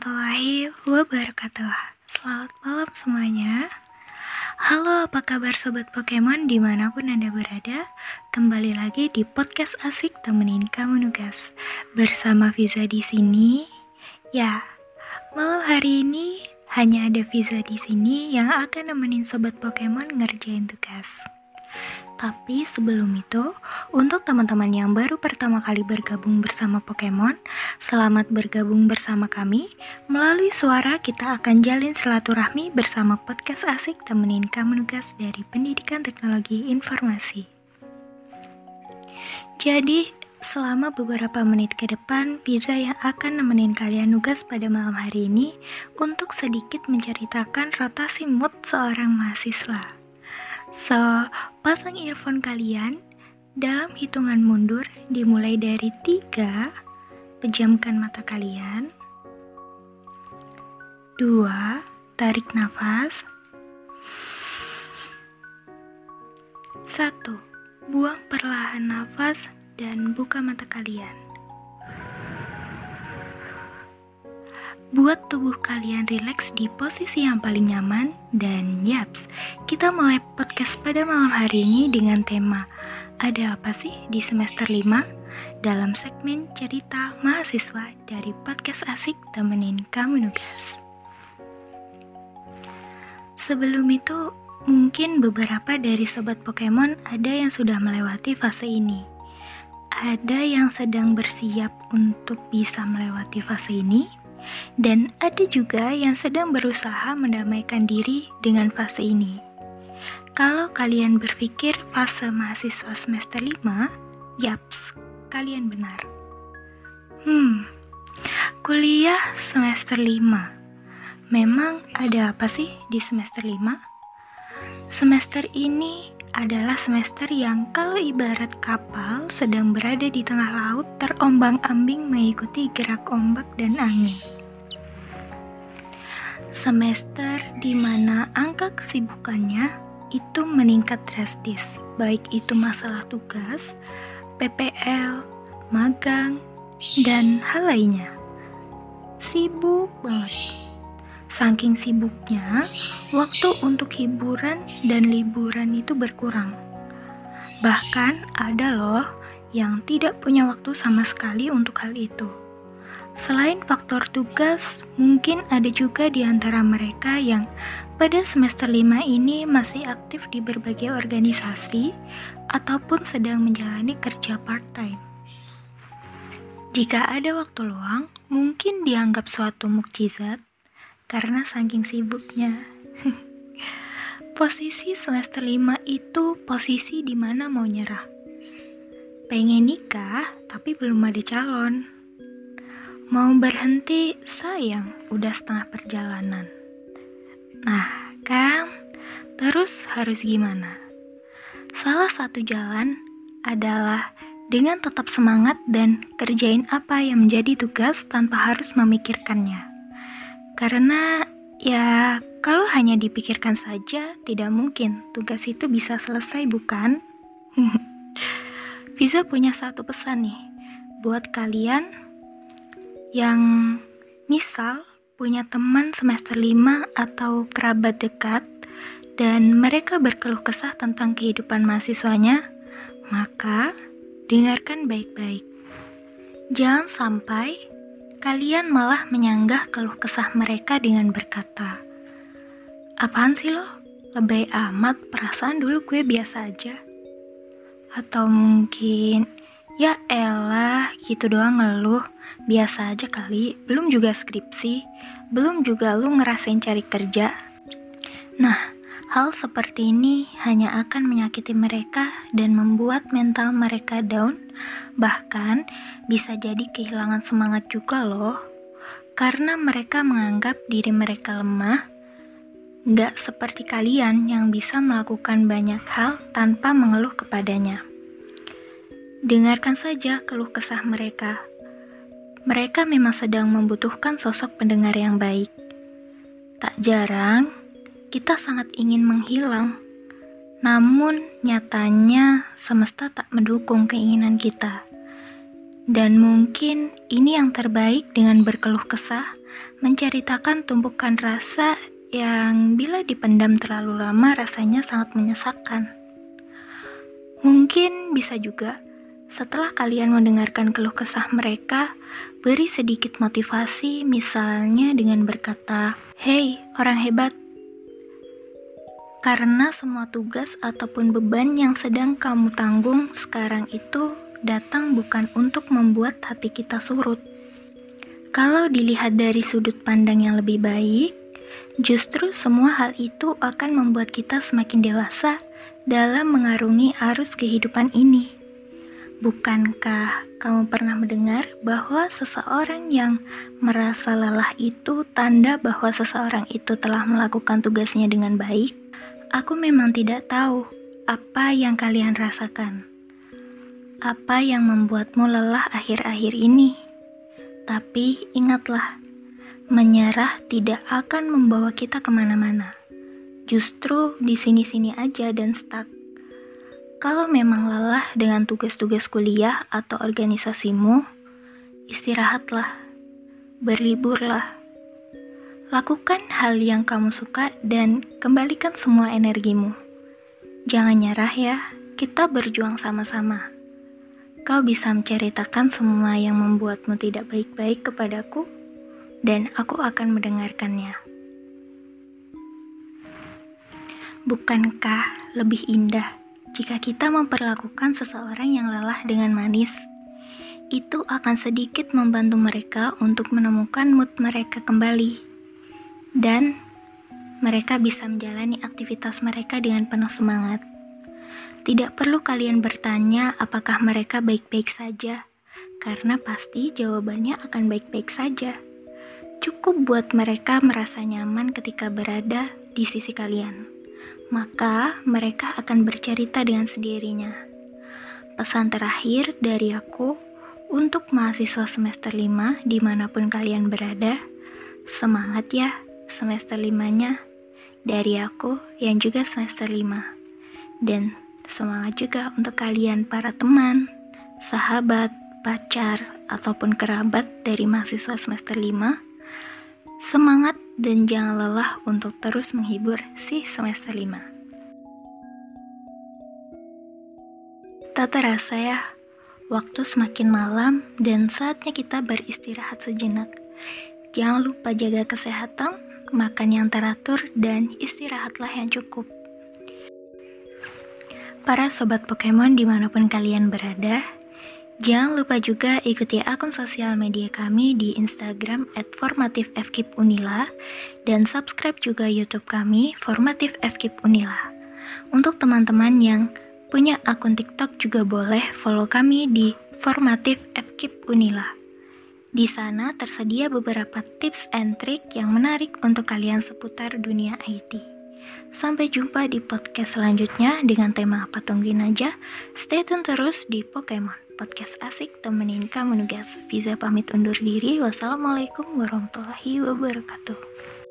warahmatullahi wabarakatuh. Selamat malam semuanya. Halo, apa kabar Sobat Pokemon dimanapun Anda berada? Kembali lagi di podcast asik temenin kamu nugas bersama Fiza di sini. Ya, malam hari ini hanya ada Fiza di sini yang akan nemenin Sobat Pokemon ngerjain tugas. Tapi sebelum itu, untuk teman-teman yang baru pertama kali bergabung bersama Pokemon, selamat bergabung bersama kami. Melalui suara kita akan jalin silaturahmi bersama podcast asik temenin kamu nugas dari Pendidikan Teknologi Informasi. Jadi, selama beberapa menit ke depan, Fiza yang akan nemenin kalian nugas pada malam hari ini untuk sedikit menceritakan rotasi mood seorang mahasiswa. So, pasang earphone kalian dalam hitungan mundur dimulai dari 3, pejamkan mata kalian. 2, tarik nafas. 1, buang perlahan nafas dan buka mata kalian. Buat tubuh kalian rileks di posisi yang paling nyaman. Dan yaps, kita mulai podcast pada malam hari ini dengan tema Ada apa sih di semester 5? Dalam segmen cerita mahasiswa dari podcast asik temenin kamu nugas. Sebelum itu, mungkin beberapa dari Sobat Pokemon ada yang sudah melewati fase ini. Ada yang sedang bersiap untuk bisa melewati fase ini. Dan ada juga yang sedang berusaha mendamaikan diri dengan fase ini. Kalau kalian berpikir fase mahasiswa semester 5, yaps, kalian benar. Kuliah semester 5. Memang ada apa sih di semester 5? Semester ini adalah semester yang kalau ibarat kapal sedang berada di tengah laut terombang-ambing mengikuti gerak ombak dan angin. Semester di mana angka kesibukannya itu meningkat drastis, baik itu masalah tugas, PPL, magang, dan hal lainnya. Sibuk banget. Saking sibuknya, waktu untuk hiburan dan liburan itu berkurang. Bahkan ada loh yang tidak punya waktu sama sekali untuk hal itu. Selain faktor tugas, mungkin ada juga di antara mereka yang pada semester 5 ini masih aktif di berbagai organisasi ataupun sedang menjalani kerja part-time. Jika ada waktu luang, mungkin dianggap suatu mukjizat karena saking sibuknya. Posisi semester 5 itu posisi di mana mau nyerah. Pengen nikah tapi belum ada calon. Mau berhenti sayang udah setengah perjalanan. Nah kan, terus harus gimana? Salah satu jalan adalah dengan tetap semangat dan kerjain apa yang menjadi tugas tanpa harus memikirkannya. Karena ya kalau hanya dipikirkan saja tidak mungkin tugas itu bisa selesai, bukan? Fiza punya satu pesan nih buat kalian yang misal punya teman semester 5 atau kerabat dekat dan mereka berkeluh kesah tentang kehidupan mahasiswanya, maka dengarkan baik-baik. Jangan sampai kalian malah menyanggah keluh kesah mereka dengan berkata, "Apaan sih lo? Lebay amat, perasaan dulu gue biasa aja." Atau mungkin, "Ya elah, gitu doang ngeluh, biasa aja kali, belum juga skripsi, belum juga lu ngerasain cari kerja." Nah, hal seperti ini hanya akan menyakiti mereka dan membuat mental mereka down, bahkan bisa jadi kehilangan semangat juga loh, karena mereka menganggap diri mereka lemah, gak seperti kalian yang bisa melakukan banyak hal tanpa mengeluh kepadanya. Dengarkan saja keluh kesah mereka. Mereka memang sedang membutuhkan sosok pendengar yang baik. Tak jarang, kita sangat ingin menghilang, namun nyatanya semesta tak mendukung keinginan kita. Dan mungkin ini yang terbaik dengan berkeluh kesah menceritakan tumpukan rasa yang bila dipendam terlalu lama rasanya sangat menyesakkan. Mungkin bisa juga setelah kalian mendengarkan keluh kesah mereka, beri sedikit motivasi, misalnya dengan berkata, "Hei, orang hebat, karena semua tugas ataupun beban yang sedang kamu tanggung sekarang itu datang bukan untuk membuat hati kita surut. Kalau dilihat dari sudut pandang yang lebih baik, justru semua hal itu akan membuat kita semakin dewasa dalam mengarungi arus kehidupan ini. Bukankah kamu pernah mendengar bahwa seseorang yang merasa lelah itu tanda bahwa seseorang itu telah melakukan tugasnya dengan baik? Aku memang tidak tahu apa yang kalian rasakan, apa yang membuatmu lelah akhir-akhir ini. Tapi ingatlah, menyerah tidak akan membawa kita kemana-mana. Justru di sini-sini aja dan stuck. Kalau memang lelah dengan tugas-tugas kuliah atau organisasimu, istirahatlah, berliburlah. Lakukan hal yang kamu suka dan kembalikan semua energimu. Jangan nyerah ya, kita berjuang sama-sama. Kau bisa menceritakan semua yang membuatmu tidak baik-baik kepadaku, dan aku akan mendengarkannya. Bukankah lebih indah jika kita memperlakukan seseorang yang lelah dengan manis? Itu akan sedikit membantu mereka untuk menemukan mood mereka kembali. Dan mereka bisa menjalani aktivitas mereka dengan penuh semangat. Tidak perlu kalian bertanya apakah mereka baik-baik saja, karena pasti jawabannya akan baik-baik saja. Cukup buat mereka merasa nyaman ketika berada di sisi kalian. Maka mereka akan bercerita dengan sendirinya. Pesan terakhir dari aku untuk mahasiswa semester 5 dimanapun kalian berada, semangat ya semester 5-nya dari aku yang juga semester 5. Dan semangat juga untuk kalian para teman, sahabat, pacar, ataupun kerabat dari mahasiswa semester 5. Semangat dan jangan lelah untuk terus menghibur si semester 5. Tak terasa ya, waktu semakin malam dan saatnya kita beristirahat sejenak. Jangan lupa jaga kesehatan, makan yang teratur, dan istirahatlah yang cukup. Para sobat Pokemon dimanapun kalian berada, jangan lupa juga ikuti akun sosial media kami di Instagram @formatifefkipunila dan subscribe juga YouTube kami formatifefkipunila. Untuk teman-teman yang punya akun TikTok juga boleh follow kami di formatifefkipunila. Di sana tersedia beberapa tips and trik yang menarik untuk kalian seputar dunia IT. Sampai jumpa di podcast selanjutnya dengan tema apa, tungguin aja. Stay tune terus di Pokemon. Podcast asik temenin kamu nugas. Fiza pamit undur diri. Wassalamualaikum warahmatullahi wabarakatuh.